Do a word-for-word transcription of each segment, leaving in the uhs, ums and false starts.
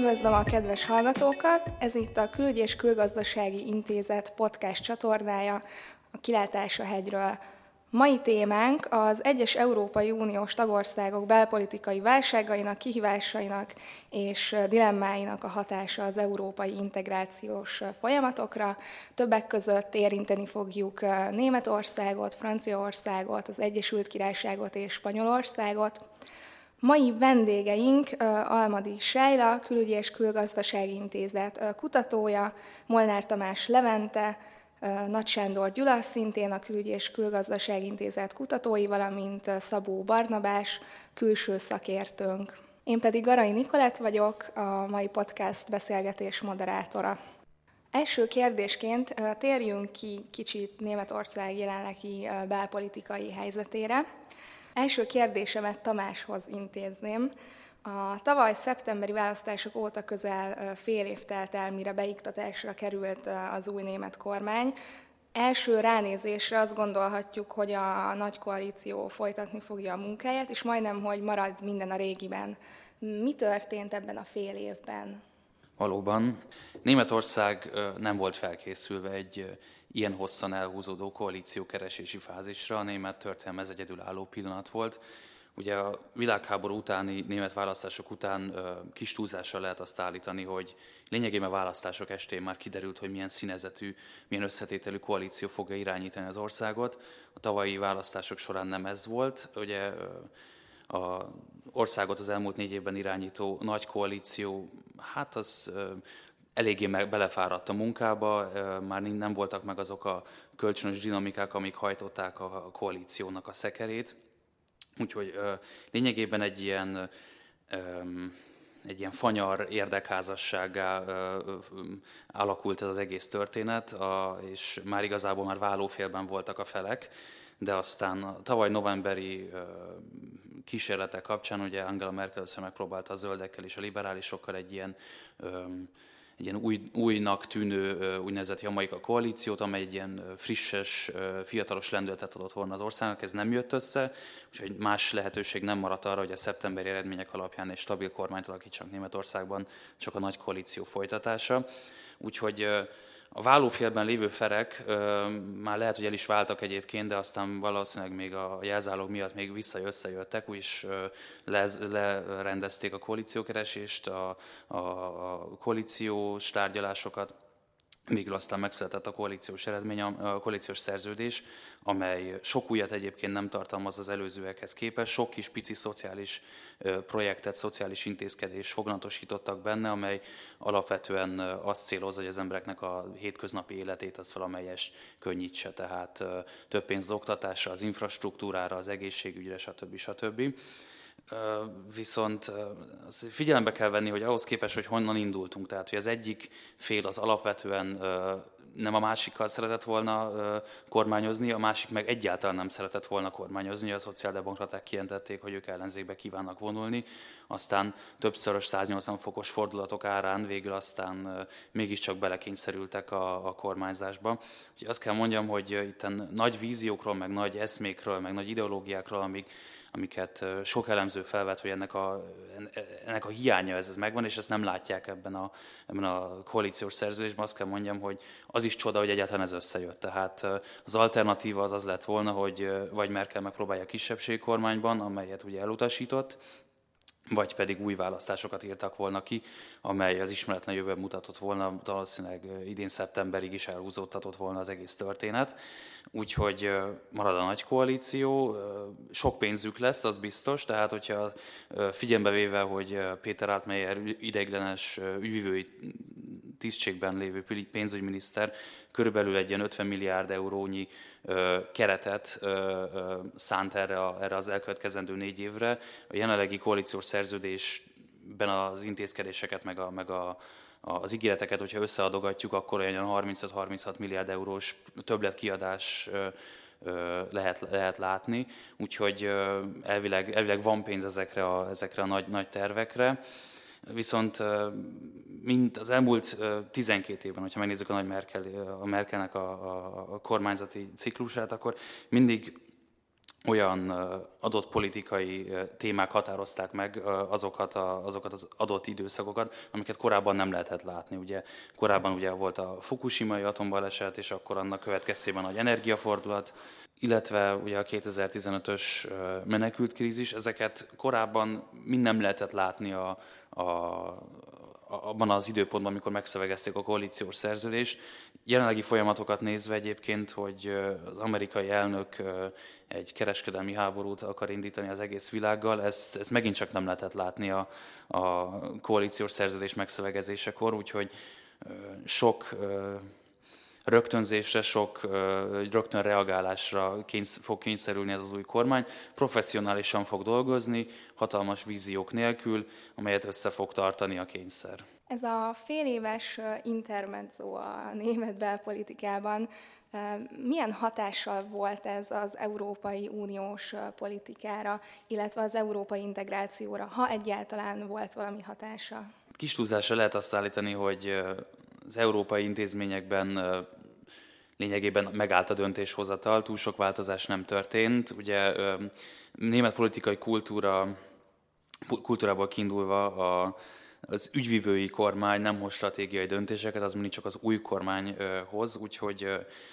Üdvözlöm a kedves hallgatókat! Ez itt a Külügy és Külgazdasági Intézet podcast csatornája, a Kilátás a hegyről. Mai témánk az egyes Európai Uniós tagországok belpolitikai válságainak, kihívásainak és dilemmáinak a hatása az európai integrációs folyamatokra. Többek között érinteni fogjuk Németországot, Franciaországot, az Egyesült Királyságot és Spanyolországot. Mai vendégeink Almadi Sájla, Külügyi és Külgazdasági Intézet kutatója, Molnár Tamás Levente, Nagy Sándor Gyula, szintén a Külügyi és Külgazdasági Intézet kutatói, valamint Szabó Barnabás, külső szakértőnk. Én pedig Garai Nikolett vagyok, a mai podcast beszélgetés moderátora. Első kérdésként térjünk ki kicsit Németország jelenlegi belpolitikai helyzetére. Első kérdésemet Tamáshoz intézném. A tavaly szeptemberi választások óta közel fél év telt el, mire beiktatásra került az új német kormány. Első ránézésre azt gondolhatjuk, hogy a nagy koalíció folytatni fogja a munkáját, és majdnem, hogy marad minden a régiben. Mi történt ebben a fél évben? Valóban. Németország nem volt felkészülve egy ilyen hosszan elhúzódó koalíciókeresési fázisra. A német történelem ez egyedülálló pillanat volt. Ugye a világháború utáni német választások után kis túlzással lehet azt állítani, hogy lényegében a választások estén már kiderült, hogy milyen színezetű, milyen összetételű koalíció fogja irányítani az országot. A tavalyi választások során nem ez volt. Ugye az országot az elmúlt négy évben irányító nagy koalíció, hát az eléggé belefáradt a munkába, már nem voltak meg azok a kölcsönös dinamikák, amik hajtották a koalíciónak a szekerét. Úgyhogy lényegében egy ilyen, egy ilyen fanyar érdekházassággá alakult ez az egész történet, és már igazából már válófélben voltak a felek, de aztán a tavaly novemberi kísérletek kapcsán ugye Angela Merkel össze megpróbálta a zöldekkel és a liberálisokkal egy ilyen egy ilyen új, újnak tűnő úgynevezett Jamaika koalíciót, amely egy ilyen frisses, fiatalos lendületet adott volna az országnak, ez nem jött össze, úgyhogy más lehetőség nem maradt arra, hogy a szeptemberi eredmények alapján egy stabil kormányt alakítsanak Németországban, csak a nagy koalíció folytatása. Úgyhogy a válófélben lévő felek már lehet, hogy el is váltak egyébként, de aztán valószínűleg még a jelzálog miatt még vissza-összejöttek, úgyis lerendezték a koalíciókeresést, a, a, a koalíciós tárgyalásokat, végül aztán megszületett a koalíciós eredmény, a koalíciós szerződés, amely sok újat egyébként nem tartalmaz az előzőekhez képest, sok kis pici szociális projektet, szociális intézkedést foganatosítottak benne, amely alapvetően azt célozza, hogy az embereknek a hétköznapi életét az valamelyest könnyítse, tehát több pénz az oktatásra, az infrastruktúrára, az egészségügyre, stb. stb. Viszont figyelembe kell venni, hogy ahhoz képest, hogy honnan indultunk, tehát hogy az egyik fél az alapvetően nem a másikkal szeretett volna kormányozni, a másik meg egyáltalán nem szeretett volna kormányozni, a szociáldemokraták kijelentették, hogy ők ellenzékbe kívánnak vonulni, aztán többszörös száznyolcvan fokos fordulatok árán végül aztán mégiscsak belekényszerültek a, a kormányzásba. Úgyhogy azt kell mondjam, hogy itt nagy víziókról, meg nagy eszmékről, meg nagy ideológiákról, amik amiket sok elemző felvet, hogy ennek a, ennek a hiánya ez, ez megvan, és ezt nem látják ebben a, ebben a koalíciós szerződésben. Azt kell mondjam, hogy az is csoda, hogy egyáltalán ez összejött. Tehát az alternatíva az az lett volna, hogy vagy Merkel megpróbálja a kisebbségkormányban, amelyet ugye elutasított, vagy pedig új választásokat írtak volna ki, amely az ismeretlen jövőben mutatott volna, valószínűleg idén szeptemberig is elhúzódtatott volna az egész történet. Úgyhogy marad a nagy koalíció, sok pénzük lesz, az biztos, tehát hogyha figyelembe véve, hogy Péter Altmaier ideiglenes ügyvivői tisztségben lévő pénzügyminiszter körülbelül egy ilyen ötven milliárd eurónyi ö, keretet ö, ö, szánt erre, a, erre az elkövetkezendő négy évre. A jelenlegi koalíciós szerződésben az intézkedéseket, meg, a, meg a, az ígéreteket, hogyha összeadogatjuk, akkor olyan harmincöt-harminchat milliárd eurós többletkiadás ö, ö, lehet, lehet látni. Úgyhogy ö, elvileg, elvileg van pénz ezekre a, ezekre a nagy, nagy tervekre. Viszont mint az elmúlt tizenkét évben, hogyha megnézzük a nagy Merkel, a Merkelnek a, a, a kormányzati ciklusát, akkor mindig olyan adott politikai témák határozták meg azokat, a, azokat az adott időszakokat, amiket korábban nem lehetett látni. Ugye, korábban ugye volt a Fukushimai atombaleset, és akkor annak következtében nagy energiafordulat, illetve ugye a kétezer-tizenötös menekültkrízis, ezeket korábban mind nem lehetett látni a, a, abban az időpontban, amikor megszövegezték a koalíciós szerződést. Jelenlegi folyamatokat nézve egyébként, hogy az amerikai elnök egy kereskedelmi háborút akar indítani az egész világgal, ezt, ezt megint csak nem lehetett látni a, a koalíciós szerződés megszövegezésekor, úgyhogy sok rögtönzésre, sok rögtön reagálásra kénysz, fog kényszerülni ez az új kormány. Professzionálisan fog dolgozni, hatalmas víziók nélkül, amelyet össze fog tartani a kényszer. Ez a fél éves intermezzo a német belpolitikában milyen hatással volt ez az Európai Uniós politikára, illetve az európai integrációra, ha egyáltalán volt valami hatása? Kis túlzásra lehet azt állítani, hogy az európai intézményekben lényegében megállt a döntéshozatal, túl sok változás nem történt. Ugye német politikai kultúra, kultúrából kiindulva a, az ügyvivői kormány nem hoz stratégiai döntéseket, az mindig csak az új kormány hoz, úgyhogy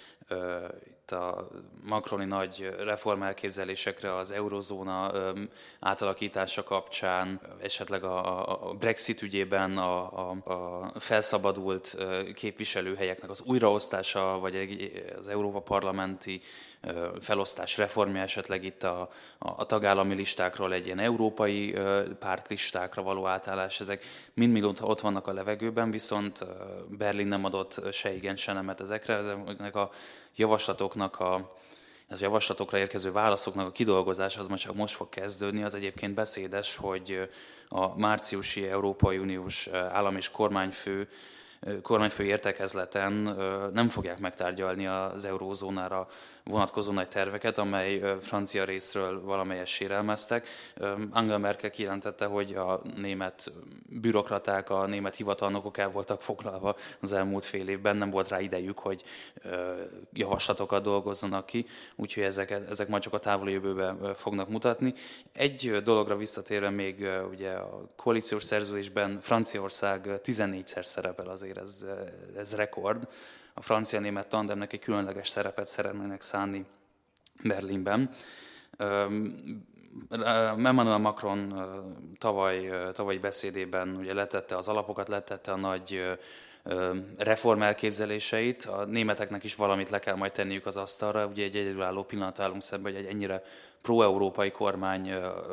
itt a Macroni nagy reformelképzelésekre az eurozóna átalakítása kapcsán, esetleg a Brexit ügyében a, a, a felszabadult képviselőhelyeknek az újraosztása, vagy az Európa parlamenti felosztás reformja, esetleg itt a, a tagállami listákról egy ilyen európai pártlistákra való átállás, ezek mind-mind ott vannak a levegőben, viszont Berlin nem adott se igen, se nemet ezekre, ezeknek a javaslatoknak, a, az javaslatokra érkező válaszoknak a kidolgozása az már csak most fog kezdődni, az egyébként beszédes, hogy a márciusi Európai Uniós állam- és kormányfő kormányfői értekezleten nem fogják megtárgyalni az eurózónára vonatkozó nagy terveket, amely francia részről valamelyest sérelmeztek. Angela Merkel kijelentette, hogy a német bürokraták, a német hivatalnokok el voltak foglalva az elmúlt fél évben, nem volt rá idejük, hogy javaslatokat dolgozzanak ki, úgyhogy ezek, ezek majd csak a távoli jövőben fognak mutatni. Egy dologra visszatérve még ugye a koalíciós szerződésben Franciaország tizennégyszer szerepel, azért ez, ez rekord. A francia-német tandemnek egy különleges szerepet szeretnének szánni Berlinben. Emmanuel Macron tavaly, tavalyi beszédében ugye letette az alapokat, letette a nagy reform elképzeléseit. A németeknek is valamit le kell majd tenniük az asztalra. Ugye egy egyedülálló pillanat állunk szemben, hogy egy ennyire pro-európai kormány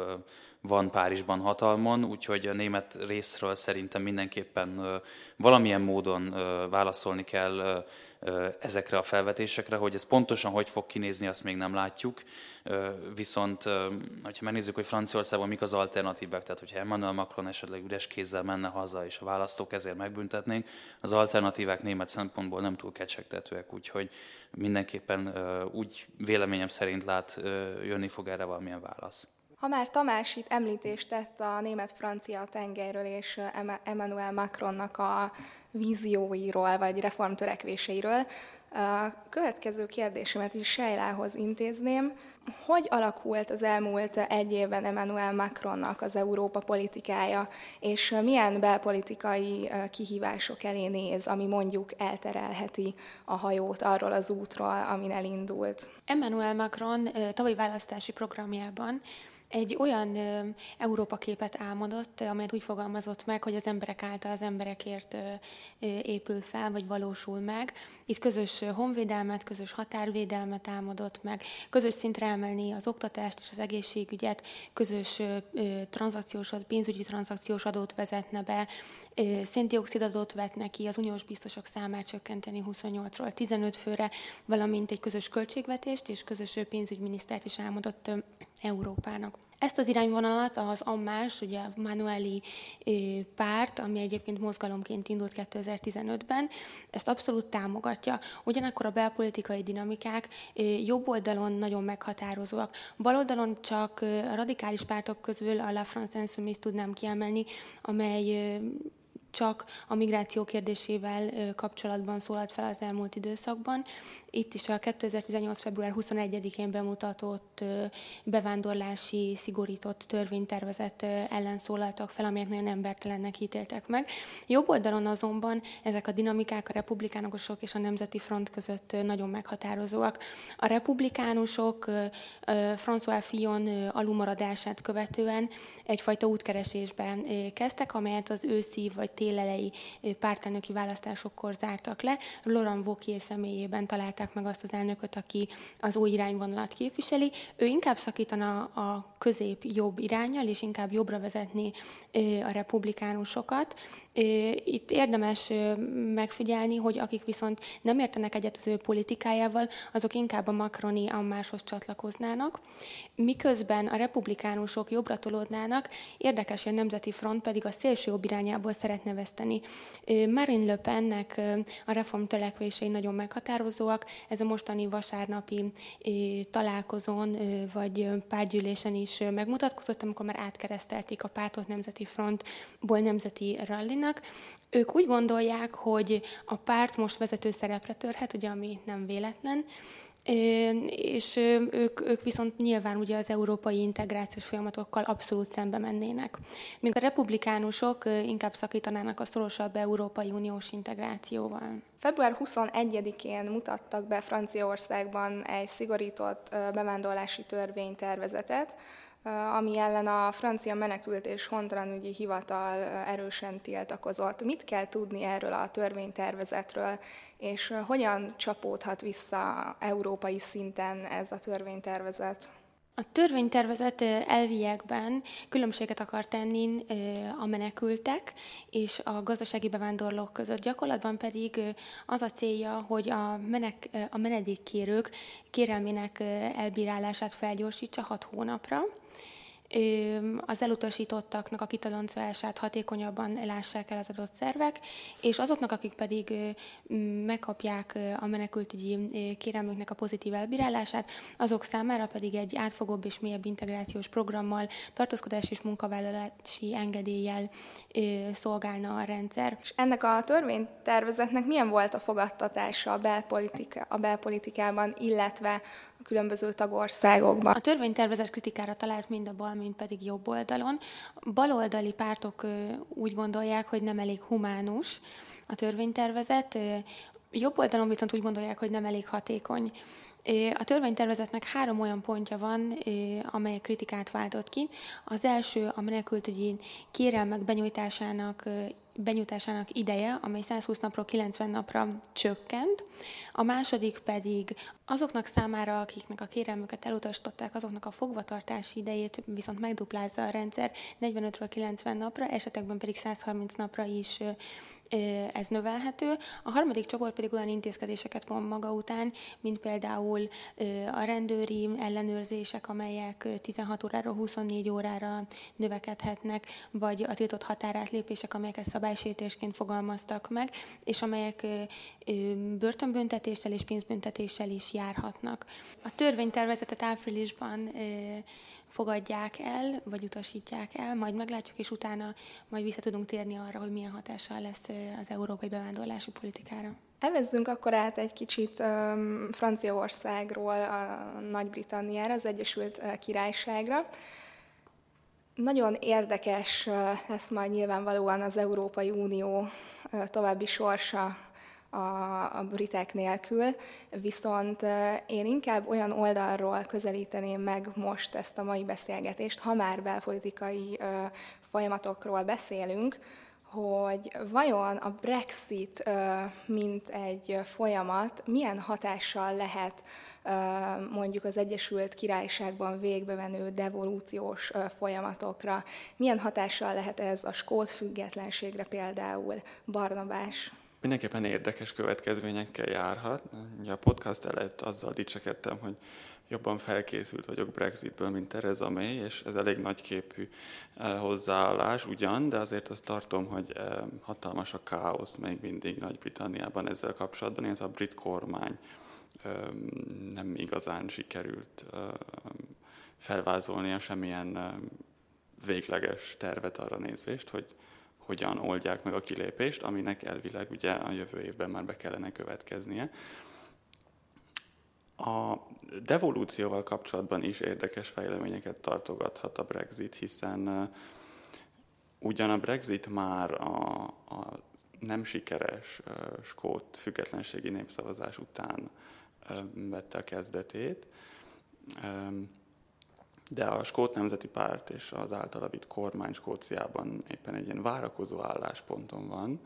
van Párizsban hatalmon, úgyhogy a német részről szerintem mindenképpen valamilyen módon válaszolni kell ezekre a felvetésekre, hogy ez pontosan hogy fog kinézni, azt még nem látjuk. Viszont, hogyha megnézzük, hogy Franciaországban mik az alternatívek, tehát hogyha Emmanuel Macron esetleg üres kézzel menne haza, és a választók ezért megbüntetnénk, az alternatívák német szempontból nem túl kecsegtetőek, úgyhogy mindenképpen úgy véleményem szerint lát, jönni fog erre valamilyen válasz. Ha már Tamás itt említést tett a német-francia tengelyről és Emmanuel Macronnak a vízióiról vagy reformtörekvéseiről, a következő kérdésemet is Sejlához intézném. Hogy alakult az elmúlt egy évben Emmanuel Macronnak az Európa politikája, és milyen belpolitikai kihívások elé néz, ami mondjuk elterelheti a hajót arról az útról, amin elindult? Emmanuel Macron tavalyi választási programjában egy olyan ö, Európa képet álmodott, amelyet úgy fogalmazott meg, hogy az emberek által az emberekért ö, ö, épül fel, vagy valósul meg. Itt közös honvédelmet, közös határvédelmet álmodott meg, közös szintre emelni az oktatást és az egészségügyet, közös ö, ö, tranzakciós, pénzügyi tranzakciós adót vezetne be, ö, széndioxid adót vetne ki, az uniós biztosok számát csökkenteni huszonnyolcról tizenöt főre, valamint egy közös költségvetést és közös pénzügyminisztert is álmodott ö, Európának. Ezt az irányvonalat az Ammás, ugye a Manueli párt, ami egyébként mozgalomként indult kétezer-tizenötben, ezt abszolút támogatja. Ugyanakkor a belpolitikai dinamikák jobb oldalon nagyon meghatározóak. Bal oldalon csak a radikális pártok közül a La France Insoumise tudnám kiemelni, amely csak a migráció kérdésével kapcsolatban szólalt fel az elmúlt időszakban. Itt is a kétezer-tizennyolc. február huszonegyedikén bemutatott bevándorlási szigorított törvénytervezet ellen szólaltak fel, amelyek nagyon embertelennek ítéltek meg. Jobb oldalon azonban ezek a dinamikák a republikánusok és a Nemzeti Front között nagyon meghatározóak. A republikánusok François Fillon alulmaradását követően egyfajta útkeresésben kezdtek, amelyet az őszi vagy télelei pártelnöki választásokkor zártak le. Laurent Wauquiez személyében találták meg azt az elnököt, aki az új irányvonalat képviseli. Ő inkább szakítana a közép-jobb iránnyal, és inkább jobbra vezetni a republikánusokat. Itt érdemes megfigyelni, hogy akik viszont nem értenek egyet az ő politikájával, azok inkább a Macroni ammáshoz csatlakoznának. Miközben a republikánusok jobbra tolódnának, érdekes, hogy a Nemzeti Front pedig a szélső jobb irányából szeretne veszteni. Marine Le Pennek a reform törekvései nagyon meghatározóak. Ez a mostani vasárnapi találkozón vagy pártgyűlésen is megmutatkozott, amikor már átkeresztelték a pártot Nemzeti Frontból Nemzeti Rallinak. Ők úgy gondolják, hogy a párt most vezető szerepre törhet, ugye, ami nem véletlen, és ők, ők viszont nyilván ugye az európai integrációs folyamatokkal abszolút szembe mennének. Míg a republikánusok inkább szakítanának a szorosabb Európai Uniós integrációval. február huszonegyedikén mutattak be Franciaországban egy szigorított bevándorlási törvénytervezetet, ami ellen a francia menekült és hontalanügyi hivatal erősen tiltakozott. Mit kell tudni erről a törvénytervezetről, és hogyan csapódhat vissza európai szinten ez a törvénytervezet? A törvénytervezet elviekben különbséget akar tenni a menekültek és a gazdasági bevándorlók között. Gyakorlatban pedig az a célja, hogy a, menek, a menedékkérők kérelmének elbírálását felgyorsítsa hat hónapra. Az elutasítottaknak a kitoloncolását hatékonyabban lássák el az adott szervek, és azoknak, akik pedig megkapják a menekültügyi kérelmüknek a pozitív elbírálását, azok számára pedig egy átfogóbb és mélyebb integrációs programmal, tartózkodási és munkavállalási engedéllyel szolgálna a rendszer. És ennek a törvénytervezetnek milyen volt a fogadtatása a, belpolitika, a belpolitikában, illetve a különböző tagországokban? A törvénytervezet kritikára talált mind a bal, mind pedig jobb oldalon. Baloldali pártok úgy gondolják, hogy nem elég humánus a törvénytervezet, jobb oldalon viszont úgy gondolják, hogy nem elég hatékony. A törvénytervezetnek három olyan pontja van, amely kritikát váltott ki. Az első a menekültügyi kérelmek benyújtásának benyújtásának ideje, amely százhúsz napról kilencven napra csökkent. A második pedig azoknak számára, akiknek a kérelmüket elutasították, azoknak a fogvatartási idejét viszont megduplázza a rendszer negyvenötről kilencven napra, esetekben pedig százharminc napra is ez növelhető. A harmadik csoport pedig olyan intézkedéseket von maga után, mint például a rendőri ellenőrzések, amelyek tizenhat óráról huszonnégy órára növekedhetnek, vagy a tiltott határátlépések, amelyeket szabálysértésként fogalmaztak meg, és amelyek börtönbüntetéssel és pénzbüntetéssel is járhatnak. A törvénytervezetet áprilisban fogadják el, vagy utasítják el, majd meglátjuk, és utána majd vissza tudunk térni arra, hogy milyen hatással lesz az európai bevándorlási politikára. Evezzünk akkor át egy kicsit um, Franciaországról a Nagy-Britanniára, az Egyesült Királyságra. Nagyon érdekes lesz majd nyilvánvalóan az Európai Unió további sorsa a, a britek nélkül, viszont én inkább olyan oldalról közelíteném meg most ezt a mai beszélgetést, ha már belpolitikai folyamatokról beszélünk, hogy vajon a Brexit, mint egy folyamat, milyen hatással lehet mondjuk az Egyesült Királyságban végbemenő devolúciós folyamatokra. Milyen hatással lehet ez a skót függetlenségre például? Barnabás? Mindenképpen érdekes következményekkel járhat. A podcast előtt azzal dicsekedtem, hogy jobban felkészült vagyok Brexitből, mint Theresa May, és ez elég nagyképű hozzáállás ugyan, de azért azt tartom, hogy hatalmas a káosz még mindig Nagy-Britanniában ezzel kapcsolatban, illetve a brit kormány nem igazán sikerült felvázolnia semmilyen végleges tervet arra nézvést, hogy hogyan oldják meg a kilépést, aminek elvileg ugye a jövő évben már be kellene következnie. A devolúcióval kapcsolatban is érdekes fejleményeket tartogathat a Brexit, hiszen ugyan a Brexit már a, a nem sikeres skót függetlenségi népszavazás után vette a kezdetét, de a Skót Nemzeti Párt és az általa vitt kormány Skóciában éppen egy ilyen várakozó állásponton van,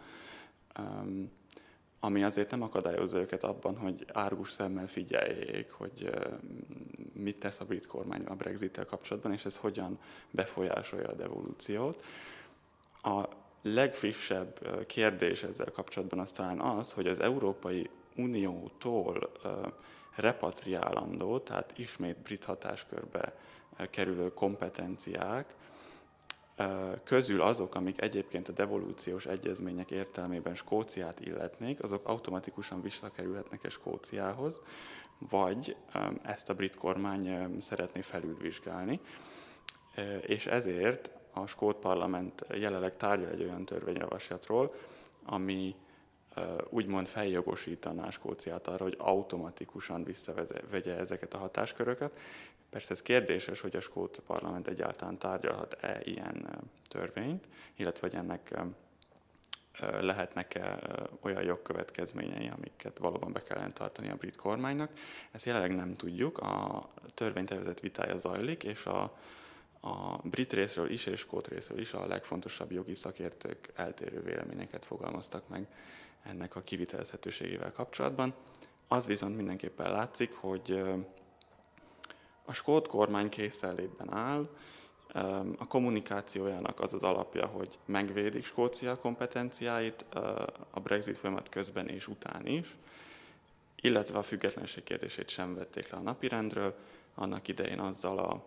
ami azért nem akadályozza őket abban, hogy árgus szemmel figyeljék, hogy mit tesz a brit kormány a Brexit-tel kapcsolatban, és ez hogyan befolyásolja a devolúciót. A legfrissebb kérdés ezzel kapcsolatban az talán az, hogy az Európai Uniótól repatriálandó, tehát ismét brit hatáskörbe kerülő kompetenciák közül azok, amik egyébként a devolúciós egyezmények értelmében Skóciát illetnék, azok automatikusan visszakerülhetnek-e Skóciához, vagy ezt a brit kormány szeretné felülvizsgálni. És ezért a skót parlament jelenleg tárgyal egy olyan törvényjavaslatról, ami úgymond feljogosítaná Skóciát arra, hogy automatikusan visszavegye ezeket a hatásköröket. Persze ez kérdéses, hogy a skót parlament egyáltalán tárgyalhat-e ilyen törvényt, illetve hogy ennek lehetnek-e olyan jogkövetkezményei, amiket valóban be kellene tartani a brit kormánynak. Ezt jelenleg nem tudjuk, a törvénytervezet vitája zajlik, és a, a brit részről is és skót részről is a legfontosabb jogi szakértők eltérő véleményeket fogalmaztak meg ennek a kivitelezhetőségével kapcsolatban. Az viszont mindenképpen látszik, hogy a skót kormány készenlétben áll, a kommunikációjának az az alapja, hogy megvédik Skócia kompetenciáit a Brexit folyamat közben és után is, illetve a függetlenség kérdését sem vették le a napirendről, annak idején azzal a,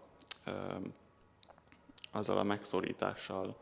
azzal a megszorítással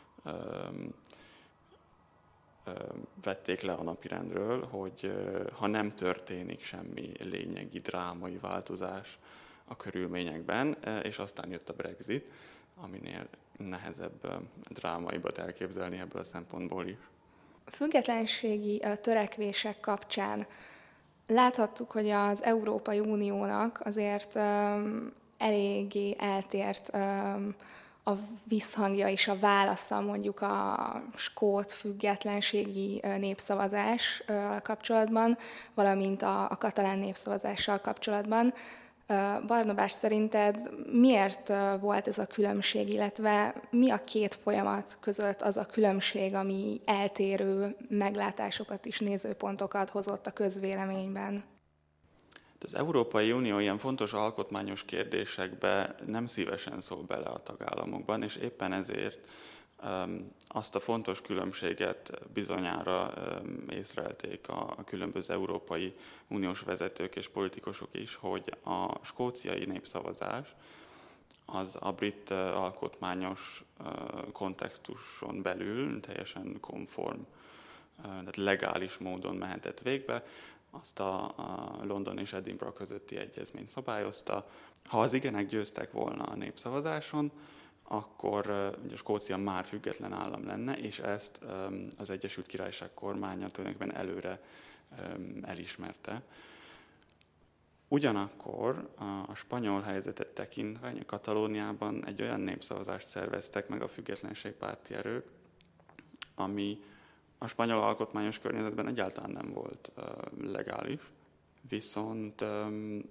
vették le a napirendről, hogy ha nem történik semmi lényegi drámai változás a körülményekben, és aztán jött a Brexit, aminél nehezebb drámaibat elképzelni ebből a szempontból is. A függetlenségi törekvések kapcsán láthattuk, hogy az Európai Uniónak azért um, eléggé eltért um, a visszhangja és a válasza mondjuk a skót függetlenségi népszavazás kapcsolatban, valamint a, a katalán népszavazással kapcsolatban. Barnabás, szerinted miért volt ez a különbség, illetve mi a két folyamat között az a különbség, ami eltérő meglátásokat és nézőpontokat hozott a közvéleményben? Az Európai Unió ilyen fontos alkotmányos kérdésekbe nem szívesen szól bele a tagállamokban, és éppen ezért um, azt a fontos különbséget bizonyára um, észrelték a, a különböző Európai Uniós vezetők és politikusok is, hogy a skóciai népszavazás az a brit uh, alkotmányos uh, kontextuson belül teljesen konform, uh, tehát legális módon mehetett végbe. Azt a, a London és Edinburgh közötti egyezmény szabályozta. Ha az igenek győztek volna a népszavazáson, akkor ugye Skócia már független állam lenne, és ezt um, az Egyesült Királyság kormánya tulajdonképpen előre um, elismerte. Ugyanakkor a, a spanyol helyzetet tekintve, a Katalóniában egy olyan népszavazást szerveztek meg a függetlenségpárti erők, ami a spanyol alkotmányos környezetben egyáltalán nem volt uh, legális, viszont um,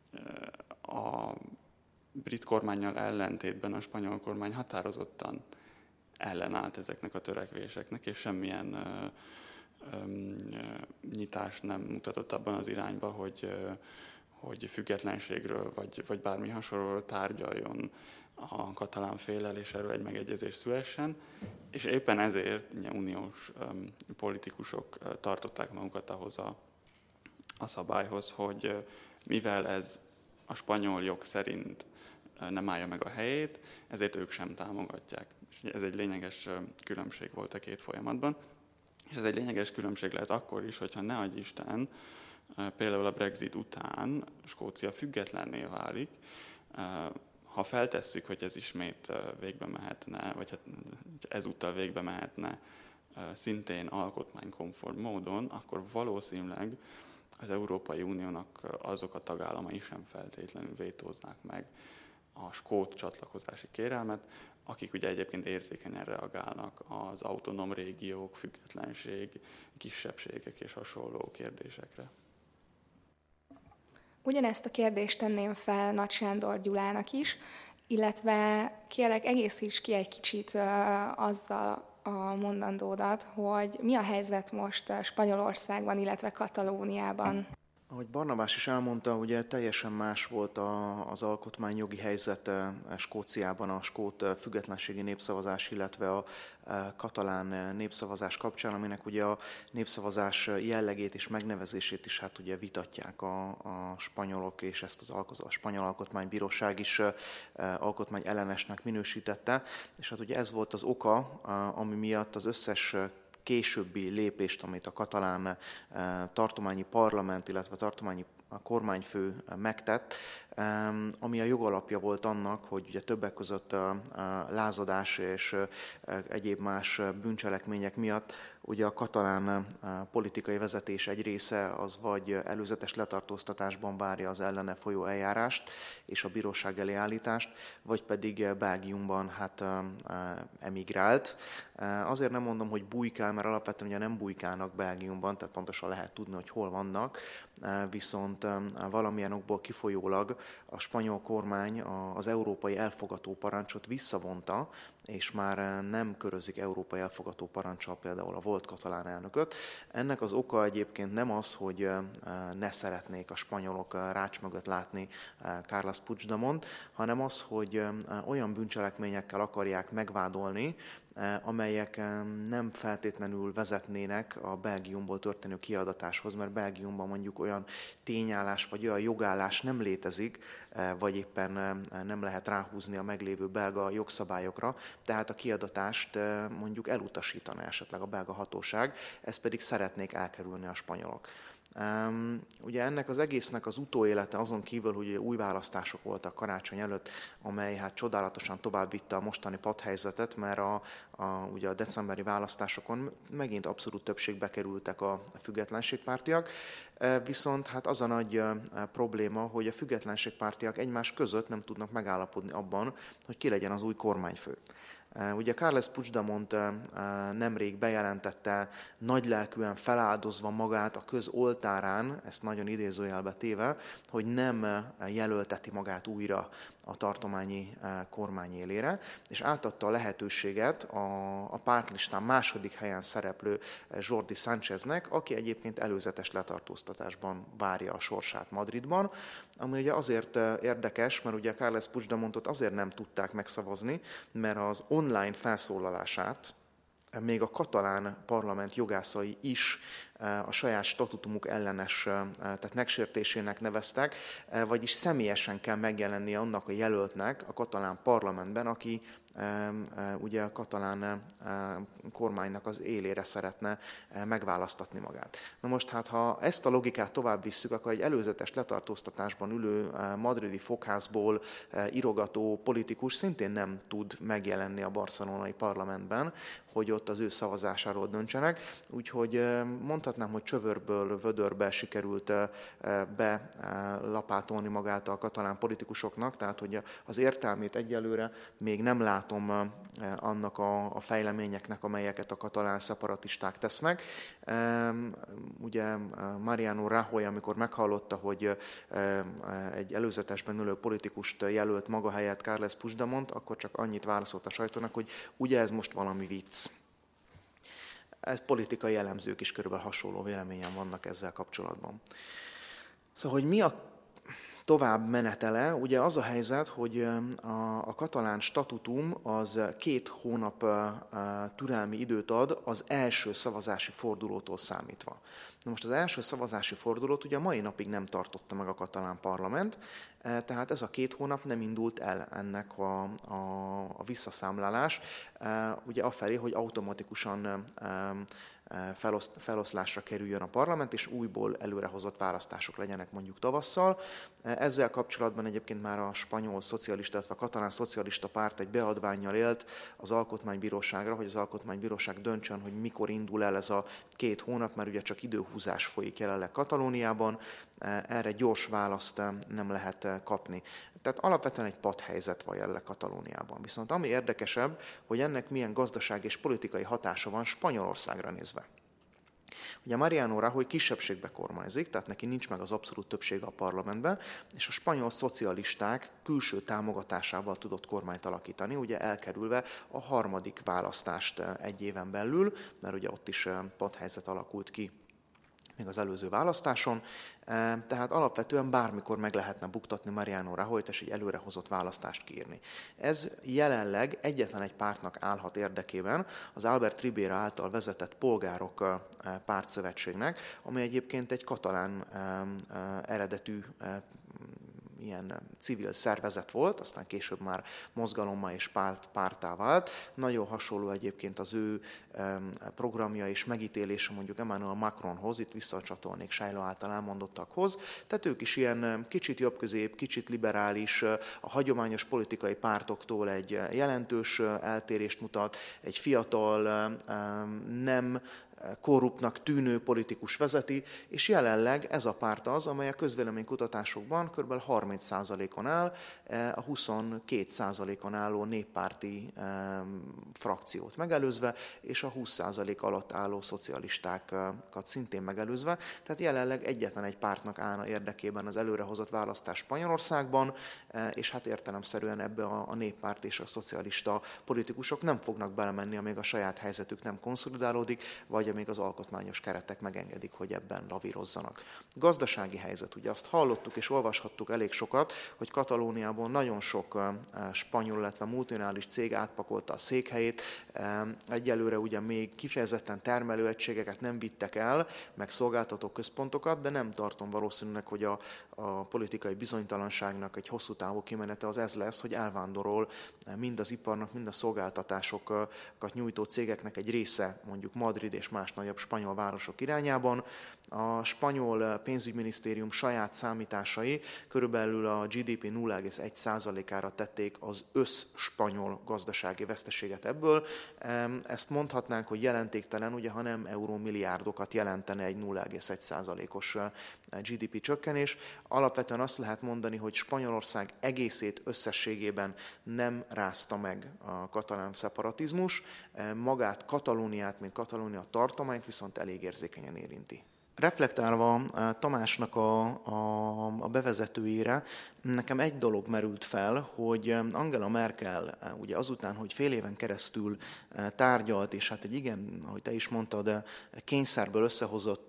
a brit kormánnyal ellentétben a spanyol kormány határozottan ellenállt ezeknek a törekvéseknek, és semmilyen uh, um, nyitást nem mutatott abban az irányba, hogy, uh, hogy függetlenségről vagy, vagy bármi hasonlóról tárgyaljon a katalán féllel, és erről egy megegyezés szülessen, és éppen ezért ugye, uniós um, politikusok uh, tartották magukat ahhoz a, a szabályhoz, hogy uh, mivel ez a spanyol jog szerint uh, nem állja meg a helyét, ezért ők sem támogatják. És ez egy lényeges uh, különbség volt a két folyamatban, és ez egy lényeges különbség lehet akkor is, hogyha ne adj Isten, uh, például a Brexit után Skócia függetlenné válik, uh, ha feltesszük, hogy ez ismét végbe mehetne, vagy hát ezúttal végbe mehetne szintén alkotmánykonform módon, akkor valószínűleg az Európai Uniónak azok a tagállamai sem feltétlenül vétóznák meg a skót csatlakozási kérelmet, akik ugye egyébként érzékenyen reagálnak az autonóm régiók, függetlenség, kisebbségek és hasonló kérdésekre. Ugyanezt a kérdést tenném fel Nagy Sándor Gyulának is, illetve kérlek egészíts ki egy kicsit uh, azzal a mondandódat, hogy mi a helyzet most Spanyolországban, illetve Katalóniában. Ahogy Barnabás is elmondta, ugye teljesen más volt a, az alkotmányjogi helyzet Skóciában, a skót függetlenségi népszavazás, illetve a katalán népszavazás kapcsán, aminek ugye a népszavazás jellegét és megnevezését is hát ugye vitatják a, a spanyolok, és ezt az alkoz, a spanyol alkotmánybíróság is alkotmány ellenesnek minősítette, és hát ugye ez volt az oka, ami miatt az összes későbbi lépést, amit a katalán tartományi parlament, illetve tartományi a kormányfő megtett, ami a jogalapja volt annak, hogy ugye többek között a lázadás és egyéb más bűncselekmények miatt ugye a katalán politikai vezetés egy része az vagy előzetes letartóztatásban várja az ellene folyó eljárást és a bíróság elé állítást, vagy pedig Belgiumban hát emigrált. Azért nem mondom, hogy bujkál, mert alapvetően ugye nem bujkálnak Belgiumban, tehát pontosan lehet tudni, hogy hol vannak, viszont valamilyen okból kifolyólag a spanyol kormány az európai elfogató parancsot visszavonta, és már nem körözik európai elfogató parancsal például a volt katalán elnököt. Ennek az oka egyébként nem az, hogy ne szeretnék a spanyolok rács mögött látni Carles Puigdemont, hanem az, hogy olyan bűncselekményekkel akarják megvádolni, amelyek nem feltétlenül vezetnének a Belgiumból történő kiadatáshoz, mert Belgiumban mondjuk olyan tényállás vagy olyan jogállás nem létezik, vagy éppen nem lehet ráhúzni a meglévő belga jogszabályokra, tehát a kiadatást mondjuk elutasítaná esetleg a belga hatóság, ezt pedig szeretnék elkerülni a spanyolok. Um, ugye ennek az egésznek az utóélete azon kívül, hogy új választások voltak karácsony előtt, amely hát csodálatosan tovább vitte a mostani padhelyzetet, mert a, a, ugye a decemberi választásokon megint abszolút többségbe kerültek a függetlenségpártiak, viszont hát az a nagy probléma, hogy a függetlenségpártiak egymás között nem tudnak megállapodni abban, hogy ki legyen az új kormányfő. Ugye Carles Puigdemont nemrég bejelentette, nagylelkűen feláldozva magát a közoltárán, ezt nagyon idézőjelbe téve, hogy nem jelölteti magát újra a tartományi kormány élére, és átadta a lehetőséget a, a pártlistán második helyen szereplő Jordi Sáncheznek, aki egyébként előzetes letartóztatásban várja a sorsát Madridban, ami ugye azért érdekes, mert ugye Carles Puigdemontot azért nem tudták megszavazni, mert az online felszólalását még a katalán parlament jogászai is a saját statutumuk ellenes, tehát megsértésének neveztek, vagyis személyesen kell megjelennie annak a jelöltnek a katalán parlamentben, aki ugye a katalán kormánynak az élére szeretne megválasztatni magát. Na most hát, ha ezt a logikát tovább visszük, akkor egy előzetes letartóztatásban ülő madridi fogházból írogató politikus szintén nem tud megjelenni a barcelonai parlamentben, hogy ott az ő szavazásáról döntsenek. Úgyhogy mondhatnám, hogy csövörből vödörbe sikerült belapátolni magát a katalán politikusoknak, tehát hogy az értelmét egyelőre még nem látom annak a fejleményeknek, amelyeket a katalán szeparatisták tesznek. Ugye Mariano Rajoy, amikor meghallotta, hogy egy előzetesben ülő politikust jelölt maga helyett Carles Puigdemont, akkor csak annyit válaszolt a sajtónak, hogy ugye ez most valami vicc. Ez politikai elemzők is körülbelül hasonló véleményen vannak ezzel kapcsolatban. Szóval, hogy mi a tovább menetele, ugye az a helyzet, hogy a, a katalán statutum az két hónap türelmi időt ad az első szavazási fordulótól számítva. Na most az első szavazási fordulót ugye a mai napig nem tartotta meg a katalán parlament, tehát ez a két hónap nem indult el ennek a, a, a visszaszámlálás, ugye afelé, hogy automatikusan feloszlásra kerüljön a parlament, és újból előrehozott választások legyenek mondjuk tavasszal. Ezzel kapcsolatban egyébként már a spanyol szocialista, illetve a katalán szocialista párt egy beadvánnyal élt az Alkotmánybíróságra, hogy az Alkotmánybíróság döntsön, hogy mikor indul el ez a két hónap, mert ugye csak időhúzás folyik jelenleg Katalóniában, erre gyors választ nem lehet kapni. Tehát alapvetően egy patthelyzet van jelenleg Katalóniában. Viszont ami érdekesebb, hogy ennek milyen gazdasági és politikai hatása van Spanyolországra nézve. Ugye Mariano Rajoy kisebbségbe kormányzik, tehát neki nincs meg az abszolút többsége a parlamentben, és a spanyol szocialisták külső támogatásával tudott kormányt alakítani, ugye elkerülve a harmadik választást egy éven belül, mert ugye ott is patthelyzet alakult ki még az előző választáson, tehát alapvetően bármikor meg lehetne buktatni Mariano Rajoyt és egy előrehozott választást kiírni. Ez jelenleg egyetlen egy pártnak állhat érdekében, az Albert Ribera által vezetett Polgárok Pártszövetségnek, ami egyébként egy katalán eredetű ilyen civil szervezet volt, aztán később már mozgalommá és párt, pártá vált. Nagyon hasonló egyébként az ő programja és megítélése mondjuk Emmanuel Macronhoz, itt visszacsatolnék Sájla által elmondottakhoz. Tehát ők is ilyen kicsit jobbközép, kicsit liberális, a hagyományos politikai pártoktól egy jelentős eltérést mutat, egy fiatal, nem korruptnak tűnő politikus vezeti, és jelenleg ez a párt az, amely a közvéleménykutatásokban kb. harminc százalékon áll, a huszonkét százalékon álló néppárti frakciót megelőzve, és a húsz százalék alatt álló szocialistákat szintén megelőzve. Tehát jelenleg egyetlen egy pártnak állna érdekében az előrehozott választás Spanyolországban, és hát értelemszerűen ebbe a néppárt és a szocialista politikusok nem fognak belemenni, amíg a saját helyzetük nem konszolidálódik, vagy amíg az alkotmányos keretek megengedik, hogy ebben lavírozzanak. Gazdasági helyzet, ugye azt hallottuk és olvashattuk elég sokat, hogy Katalóniában nagyon sok spanyol, illetve multinacionális cég átpakolta a székhelyét. Egyelőre ugye még kifejezetten termelőegységeket nem vittek el, meg szolgáltató központokat, de nem tartom valószínűleg, hogy a, a politikai bizonytalanságnak egy hosszú távú kimenete az ez lesz, hogy elvándorol mind az iparnak, mind a szolgáltatásokat nyújtó cégeknek egy része, mondjuk Madrid és más nagyobb spanyol városok irányában. A spanyol pénzügyminisztérium saját számításai körülbelül a gé dé pé nulla egész egy százalékára tették az összspanyol gazdasági veszteséget ebből. Ezt mondhatnánk, hogy jelentéktelen, ugye, ha nem eurómilliárdokat jelentene egy nulla egész egy százalékos gé dé pé csökkenés. Alapvetően azt lehet mondani, hogy Spanyolország egészét összességében nem rázta meg a katalán szeparatizmus, magát Katalóniát, mint Katalónia tartományt viszont elég érzékenyen érinti. Reflektálva Tamásnak a, a, a bevezetőjére, nekem egy dolog merült fel, hogy Angela Merkel ugye azután, hogy fél éven keresztül tárgyalt, és hát egy igen, ahogy te is mondtad, kényszerből összehozott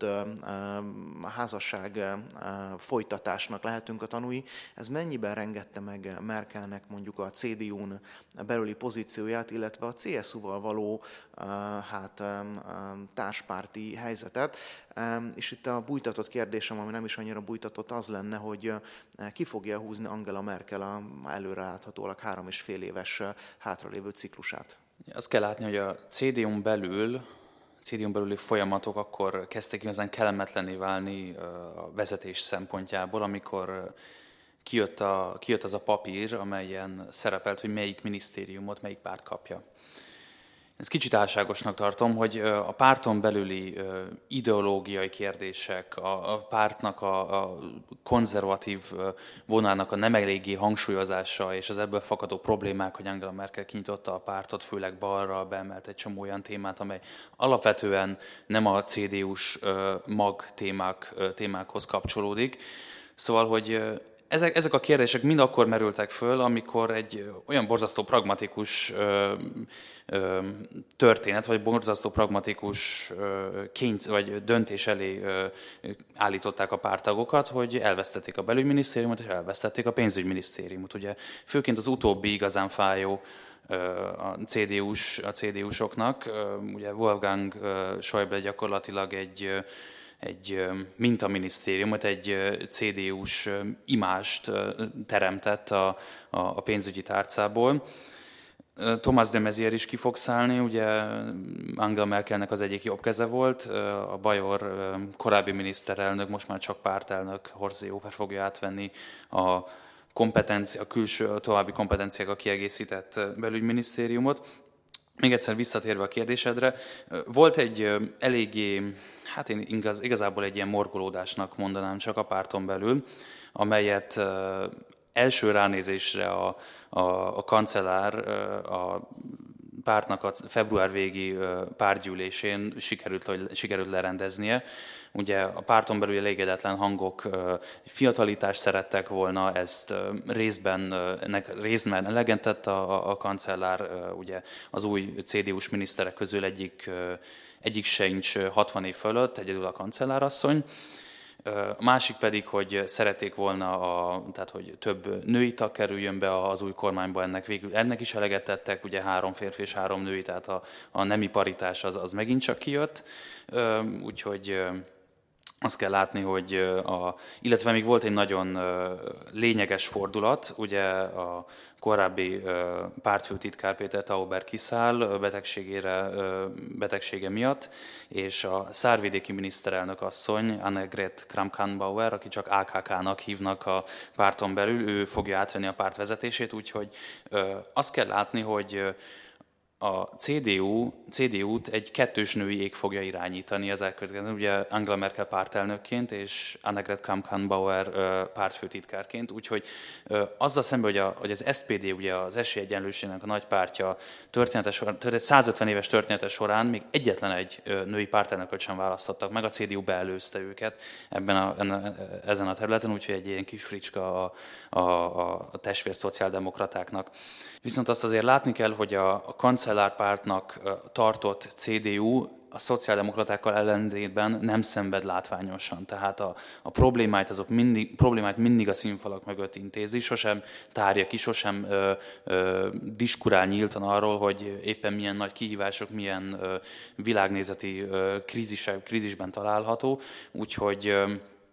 házasság folytatásnak lehetünk a tanúi, ez mennyiben rengette meg Merkelnek mondjuk a cé dé u-n belüli pozícióját, illetve a cé es u-val való hát, társpárti helyzetet. És itt a bújtatott kérdésem, ami nem is annyira bújtatott, az lenne, hogy ki fogja húzni Angela Merkel a előreláthatólag három és fél éves hátralévő ciklusát. Azt kell látni, hogy a cé dé u-n belül, cé dé u-n belüli folyamatok akkor kezdtek igazán kellemetlenné válni a vezetés szempontjából, amikor kijött, a, kijött az a papír, amelyen szerepelt, hogy melyik minisztériumot melyik párt kapja. Ez kicsit álságosnak tartom, hogy a párton belüli ideológiai kérdések, a pártnak a konzervatív vonának a nem eléggé hangsúlyozása és az ebből fakadó problémák, hogy Angela Merkel kinyitotta a pártot, főleg balra, beemelt egy csomó olyan témát, amely alapvetően nem a cé dé u-s mag témák, témákhoz kapcsolódik. Szóval, hogy Ezek, ezek a kérdések mind akkor merültek föl, amikor egy olyan borzasztó pragmatikus ö, ö, történet, vagy borzasztó pragmatikus ö, kényszer, vagy döntés elé ö, állították a párttagokat, hogy elvesztették a belügyminisztériumot, és elvesztették a pénzügyminisztériumot. Ugye főként az utóbbi igazán fájó a cé dé u-s, a cé dé u-soknak. Ugye Wolfgang Schäuble gyakorlatilag egy egy mintaminisztériumot, egy cé dé u-s imást teremtett a, a pénzügyi tárcából. Thomas de Maizière is ki fog szállni, ugye Angela Merkelnek az egyik jobb keze volt, a bajor korábbi miniszterelnök, most már csak pártelnök Horst Seehofer fogja átvenni a kompetencia, a külső a további kompetenciákkal kiegészített belügyminisztériumot. Még egyszer visszatérve a kérdésedre, volt egy eléggé, hát én igaz, igazából egy ilyen morgolódásnak mondanám csak a párton belül, amelyet első ránézésre a, a, a kancellár a pártnak a február végi pártgyűlésén sikerült, hogy sikerült lerendeznie. Ugye a párton belül elégedetlen hangok fiatalitást szerettek volna, ezt részben, ennek részben elegentett a, a kancellár, ugye az új cé dé u-s miniszterek közül egyik, egyik sincs hatvan év fölött, egyedül a kancellárasszony. A másik pedig, hogy szerették volna, a, tehát hogy több női tag kerüljön be az új kormányba, ennek végül ennek is eleget tettek, ugye három férfi és három női, tehát a, a nemi paritás az, az megint csak kijött, úgyhogy azt kell látni, hogy a, illetve még volt egy nagyon lényeges fordulat, ugye a korábbi pártfőtitkár Péter Tauber kiszáll betegségére, betegsége miatt, és a szárvidéki miniszterelnök asszony, Annegret Kramp-Karrenbauer, aki csak á ká ká-nak hívnak a párton belül, ő fogja átvenni a párt vezetését, úgyhogy azt kell látni, hogy a cé dé u, cé dé u-t egy kettős női ég fogja irányítani az elkövetkező, ugye Angela Merkel pártelnökként és Annegret Kramp-Karrenbauer pártfőtitkárként, úgyhogy azzal szemben, hogy, a, hogy az es pé dé, ugye az esélyegyenlőségnek a nagy pártja történetes, százötven éves története során még egyetlen egy női pártelnököt sem választottak meg, a cé dé u beelőzte őket ebben a, ezen a területen, úgyhogy egy ilyen kis fricska a, a, a testvér szociáldemokratáknak. Viszont azt azért látni kell, hogy a, a kancellárpártnak tartott cé dé u a szociáldemokratákkal ellentétben nem szenved látványosan. Tehát a, a problémáit, azok mindig, problémáit mindig a színfalak mögött intézi, sosem tárja ki, sosem ö, ö, diskurál nyíltan arról, hogy éppen milyen nagy kihívások, milyen ö, világnézeti ö, krízisek, krízisben található. Úgyhogy ö,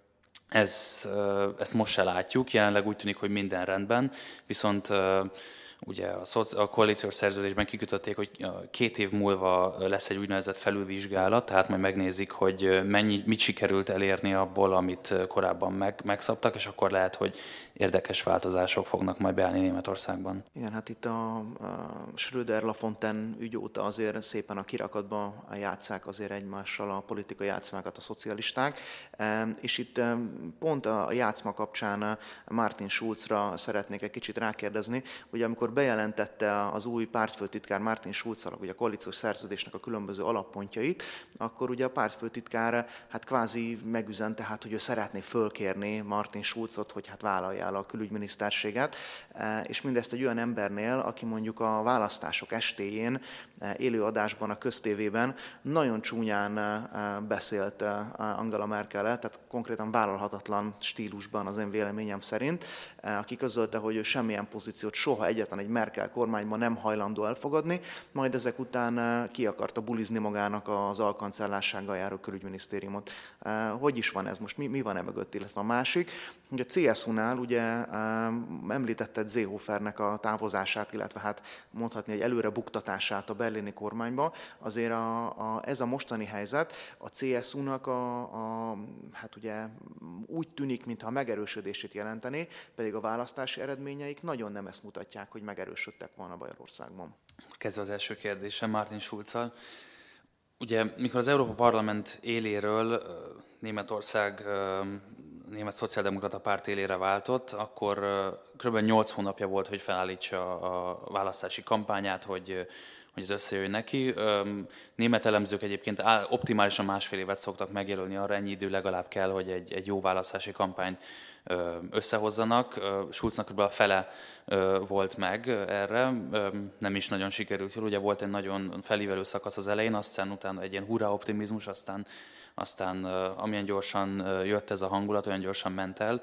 ez, ö, ezt most se látjuk, jelenleg úgy tűnik, hogy minden rendben, viszont ö, ugye a koalíciós szerződésben kikötötték, hogy két év múlva lesz egy úgynevezett felülvizsgálat, tehát majd megnézik, hogy mennyi, mit sikerült elérni abból, amit korábban meg, megszabtak, és akkor lehet, hogy érdekes változások fognak majd beállni Németországban. Igen, hát itt a, a Schröder-Lafontaine ügy óta azért szépen a kirakatba játsszák azért egymással a politikai játszmákat a szocialisták, és itt pont a játszma kapcsán Martin Schulzra szeretnék egy kicsit rákérdezni, hogy amikor bejelentette az új pártfőtitkár Martin Schulz-al, ugye a koalíciós szerződésnek a különböző alappontjait, akkor ugye a pártfőtitkár hát kvázi megüzente, hát, hogy ő szeretné fölkérni Martin Schulzot, hogy hát vállalja el a külügyminiszterséget, és mindezt egy olyan embernél, aki mondjuk a választások estéjén élő adásban a köztévében nagyon csúnyán beszélt Angela Merkel-el, tehát konkrétan vállalhatatlan stílusban az én véleményem szerint, aki közölte, hogy ő semmilyen pozíciót soha egyetlen egy Merkel kormányban nem hajlandó elfogadni, majd ezek után ki akarta bulizni magának az alkancellársággal járó külügyminisztériumot. Hogy is van ez most? Mi, mi van e mögött? Illetve a másik, hogy a cé es u-nál ugye említetted Seehofernek a távozását, illetve hát mondhatni egy előre buktatását a berlini kormányba, azért a, a, ez a mostani helyzet a cé es u-nak a, a, hát ugye úgy tűnik, mintha a megerősödését jelenteni, pedig a választási eredményeik nagyon nem ezt mutatják, hogy megerősödtek volna Bajorországban. Kezdve az első kérdésem Martin Schulz-al. Ugye, mikor az Európa Parlament éléről Németország Német Szociáldemokrata Párt élére váltott, akkor kb. nyolc hónapja volt, hogy felállítsa a választási kampányát, hogy, hogy ez összejöjjön neki. Német elemzők egyébként optimálisan másfél évet szoktak megjelölni, arra ennyi idő legalább kell, hogy egy, egy jó választási kampányt összehozzanak. Schulznak kb. A fele volt meg erre, nem is nagyon sikerült jól. Ugye volt egy nagyon felívelő szakasz az elején, aztán utána egy ilyen hurrá optimizmus, aztán Aztán amilyen gyorsan jött ez a hangulat, olyan gyorsan ment el.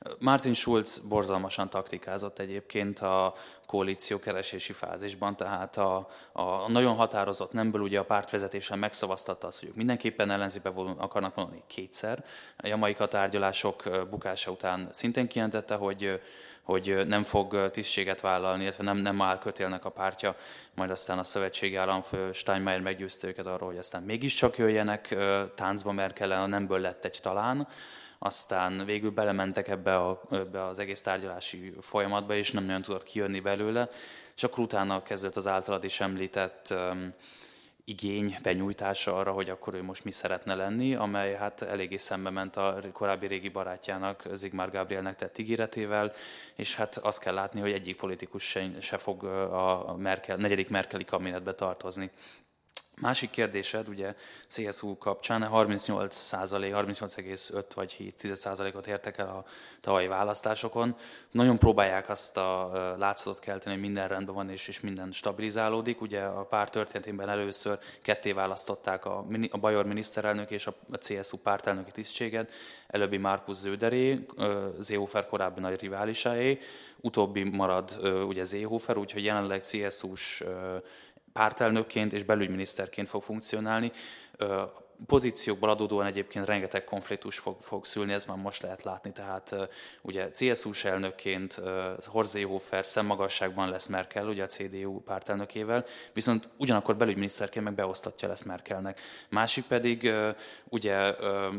Martin Schulz borzalmasan taktikázott egyébként a koalíció keresési fázisban, tehát a, a nagyon határozott nemből ugye a pártvezetésen megszavaztatta azt, hogy ők mindenképpen ellenzébe akarnak vonulni kétszer. A jamaika tárgyalások bukása után szintén kijelentette, hogy hogy nem fog tisztséget vállalni, illetve nem, nem áll kötélnek a pártja, majd aztán a szövetségi államfő Steinmeier meggyőzte őket arról, hogy aztán mégiscsak jöjjenek táncba Merkellel, a nemből lett egy talán, aztán végül belementek ebbe, a, ebbe az egész tárgyalási folyamatba, és nem nagyon tudott kijönni belőle, és akkor utána kezdődött az általad is említett um, igény benyújtása arra, hogy akkor ő most mi szeretne lenni, amely hát eléggé szembe ment a korábbi régi barátjának, Sigmar Gabrielnek tett ígéretével, és hát azt kell látni, hogy egyik politikus se, se fog a Merkel, negyedik Merkeli kabinetbe tartozni. Másik kérdésed, ugye cé es u kapcsán harmincnyolc százalék, harmincnyolc egész öt vagy hét százalékot értek el a tavalyi választásokon. Nagyon próbálják azt a látszatot kelteni, hogy minden rendben van és, és minden stabilizálódik. Ugye a párt történetében először ketté választották a, a Bajor miniszterelnök és a cé es u pártelnöki tisztséget, előbbi Markus Söderé, Seehofer korábbi nagy riválisáé, utóbbi marad ugye Seehofer, úgyhogy jelenleg cé es u-s pártelnökként és belügyminiszterként fog funkcionálni. Pozíciókból adódóan egyébként rengeteg konfliktus fog, fog szülni, ez már most lehet látni, tehát ugye cé es u-s elnökként Horst Seehofer szemmagasságban lesz Merkel, ugye a cé dé u pártelnökével, viszont ugyanakkor belügyminiszterként meg beosztatja lesz Merkelnek. Másik pedig ugye,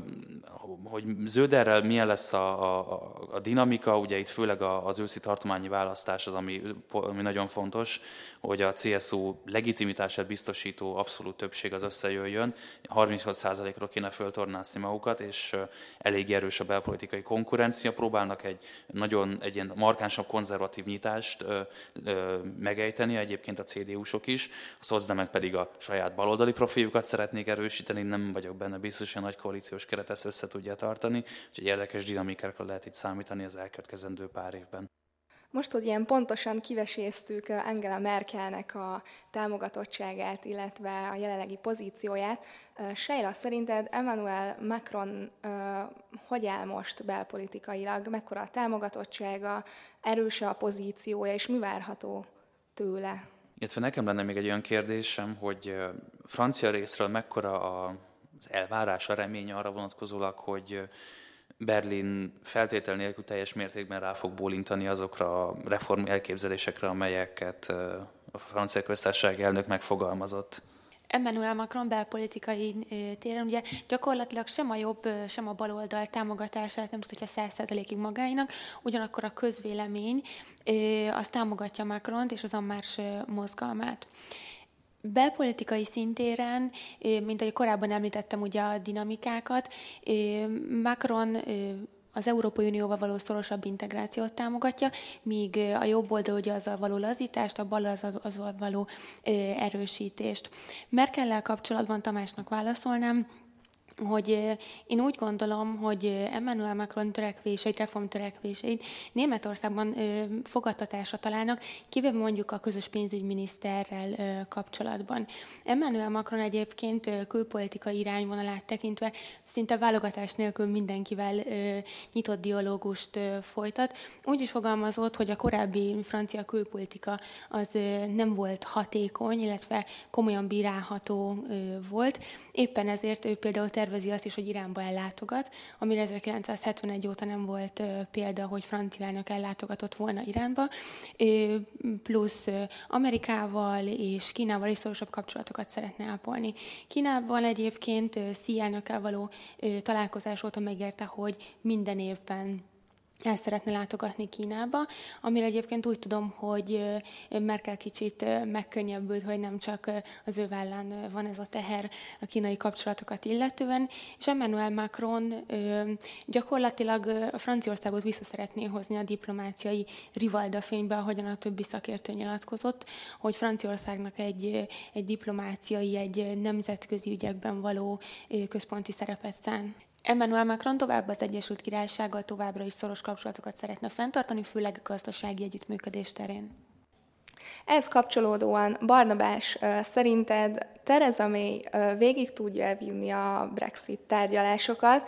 hogy Söderrel milyen lesz a, a, a dinamika, ugye itt főleg az őszi tartományi választás az, ami, ami nagyon fontos, hogy a cé es u legitimitását biztosító abszolút többség az összejöjjön, harmincnyolc százalékról kéne föltornászni magukat, és elég erős a belpolitikai konkurencia. Próbálnak egy nagyon egy ilyen markánsabb konzervatív nyitást ö, ö, megejteni, egyébként a cé dé u-sok is, a szocdemek pedig a saját baloldali profiljukat szeretnék erősíteni, nem vagyok benne biztos, hogy a nagy koalíciós keret ezt össze tudja tartani, úgyhogy érdekes dinamikákra lehet itt számítani az elkövetkezendő pár évben. Most, hogy ilyen pontosan kiveséztük Angela Merkelnek a támogatottságát, illetve a jelenlegi pozícióját, Sheila, szerinted Emmanuel Macron uh, hogy áll most belpolitikailag? Mekkora a támogatottsága, erős a pozíciója, és mi várható tőle? Illetve nekem lenne még egy olyan kérdésem, hogy francia részről mekkora az elvárás, a remény arra vonatkozólag, hogy Berlin feltétel nélkül teljes mértékben rá fog bólintani azokra a reform elképzelésekre, amelyeket a francia köztársaság elnök megfogalmazott. Emmanuel Macron belpolitikai téren ugye gyakorlatilag sem a jobb, sem a baloldal támogatását nem tudja száz százalékig magáinak, ugyanakkor a közvélemény az támogatja Macront és az Ammars mozgalmát. Belpolitikai szintéren, mint ahogy korábban említettem ugye a dinamikákat, Macron az Európai Unióval való szorosabb integrációt támogatja, míg a jobb oldal ugye azzal való lazítást, a bal azzal, azzal való erősítést. Merkellel kapcsolatban Tamásnak válaszolnám, hogy én úgy gondolom, hogy Emmanuel Macron törekvéseit, reformtörekvéseit Németországban fogadtatásra találnak, kivéve mondjuk a közös pénzügyminiszterrel kapcsolatban. Emmanuel Macron egyébként külpolitikai irányvonalát tekintve szinte válogatás nélkül mindenkivel nyitott dialógust folytat. Úgy is fogalmazott, hogy a korábbi francia külpolitika az nem volt hatékony, illetve komolyan bírálható volt. Éppen ezért ő például tervezi azt is, hogy Iránba ellátogat, amire ezerkilencszázhetvenegy óta nem volt példa, hogy francia elnök ellátogatott volna Iránba, plusz Amerikával és Kínával is szorosabb kapcsolatokat szeretne ápolni. Kínával egyébként Xi elnökkel való találkozás óta megérte, hogy minden évben el szeretne látogatni Kínába, amire egyébként úgy tudom, hogy Merkel kicsit megkönnyebbült, hogy nem csak az ő vállán van ez a teher a kínai kapcsolatokat illetően, és Emmanuel Macron gyakorlatilag a Franciaországot vissza szeretné hozni a diplomáciai rivaldafénybe, ahogyan a többi szakértő nyilatkozott, hogy Franciaországnak egy, egy diplomáciai, egy nemzetközi ügyekben való központi szerepet szán. Emmanuel Macron tovább az Egyesült Királysággal továbbra is szoros kapcsolatokat szeretne fenntartani, főleg a gazdasági együttműködés terén. Ehhez kapcsolódóan, Barnabás, szerinted Theresa May végig tudja elvinni a Brexit tárgyalásokat,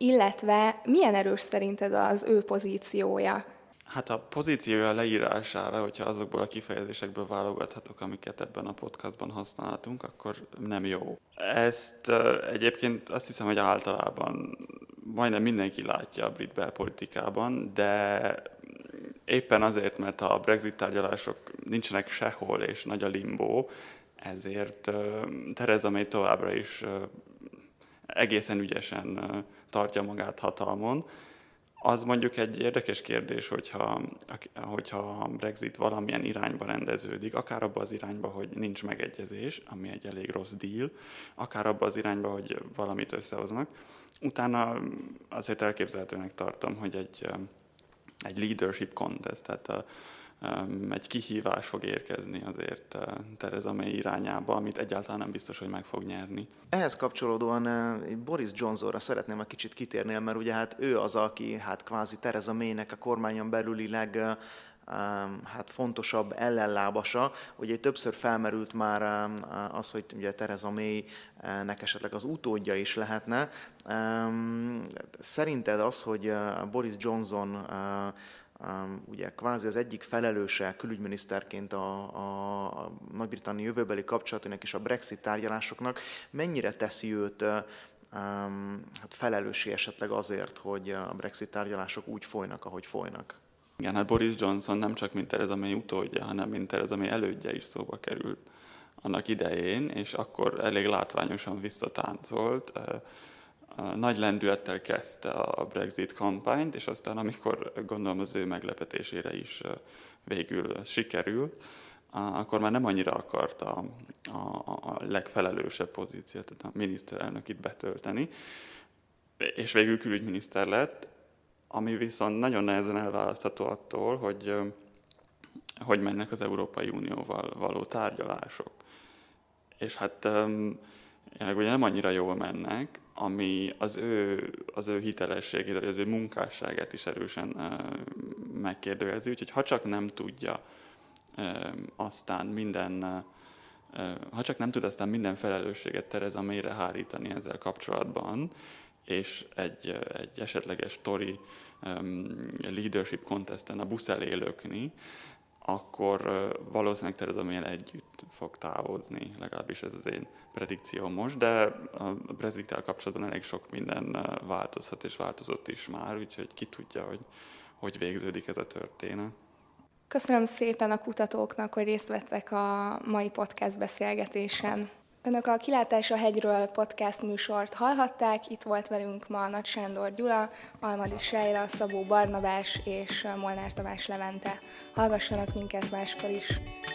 illetve milyen erős szerinted az ő pozíciója? Hát a pozíciója leírására, hogyha azokból a kifejezésekből válogathatok, amiket ebben a podcastban használhatunk, akkor nem jó. Ezt egyébként azt hiszem, hogy általában majdnem mindenki látja a brit belpolitikában, de éppen azért, mert a Brexit tárgyalások nincsenek sehol, és nagy a limbó, ezért Theresa May továbbra is egészen ügyesen tartja magát hatalmon. Az mondjuk egy érdekes kérdés, hogyha, hogyha a Brexit valamilyen irányba rendeződik, akár abba az irányba, hogy nincs megegyezés, ami egy elég rossz deal, akár abba az irányba, hogy valamit összehoznak. Utána azért elképzelhetőnek tartom, hogy egy, egy leadership contest, tehát a, egy kihívás fog érkezni azért Theresa May irányába, amit egyáltalán nem biztos, hogy meg fog nyerni. Ehhez kapcsolódóan Boris Johnsonra szeretném egy kicsit kitérni, mert ugye hát ő az, aki hát kvázi Theresa Maynek a kormányon belülileg hát fontosabb ellenlábasa. Ugye többször felmerült már az, hogy ugye Theresa Maynek esetleg az utódja is lehetne. Szerinted az, hogy Boris Johnson ugye kvázi az egyik felelőse külügyminiszterként a, a, a Nagy-Britannia jövőbeli kapcsolatának és a Brexit tárgyalásoknak, mennyire teszi őt um, hát felelőssé esetleg azért, hogy a Brexit tárgyalások úgy folynak, ahogy folynak? Igen, hát Boris Johnson nem csak mint Theresa May utódja, hanem mint Theresa May elődje is szóba került annak idején, és akkor elég látványosan visszatáncolt. Nagy lendülettel kezdte a Brexit kampányt, és aztán amikor gondolom az ő meglepetésére is végül sikerül, akkor már nem annyira akarta a, a legfelelősebb pozíciót, tehát a miniszterelnökit betölteni, és végül külügyminiszter lett, ami viszont nagyon nehezen elválasztható attól, hogy hogy mennek az Európai Unióval való tárgyalások. És hát jelenleg ugye nem annyira jól mennek, ami az ő, az ő hitelességét, vagy az ő munkásságát is erősen uh, megkérdőjezi. Úgyhogy ha csak nem tudja uh, aztán minden, uh, ha csak nem tud aztán minden felelősséget Theresa Mayre hárítani ezzel kapcsolatban, és egy, egy esetleges Tory um, leadership contesten a busz elé lökni, akkor valószínűleg Theresa May együtt fog távozni, legalábbis ez az én predikcióm most, de a Brexit-tel kapcsolatban elég sok minden változhat és változott is már, úgyhogy ki tudja, hogy hogy végződik ez a történet. Köszönöm szépen a kutatóknak, hogy részt vettek a mai podcast beszélgetésen. Önök a Kilátás a hegyről podcast műsort hallhatták, itt volt velünk ma Nagy Sándor Gyula, Almadi Sejla, Szabó Barnabás és Molnár Tamás Levente. Hallgassanak minket máskor is!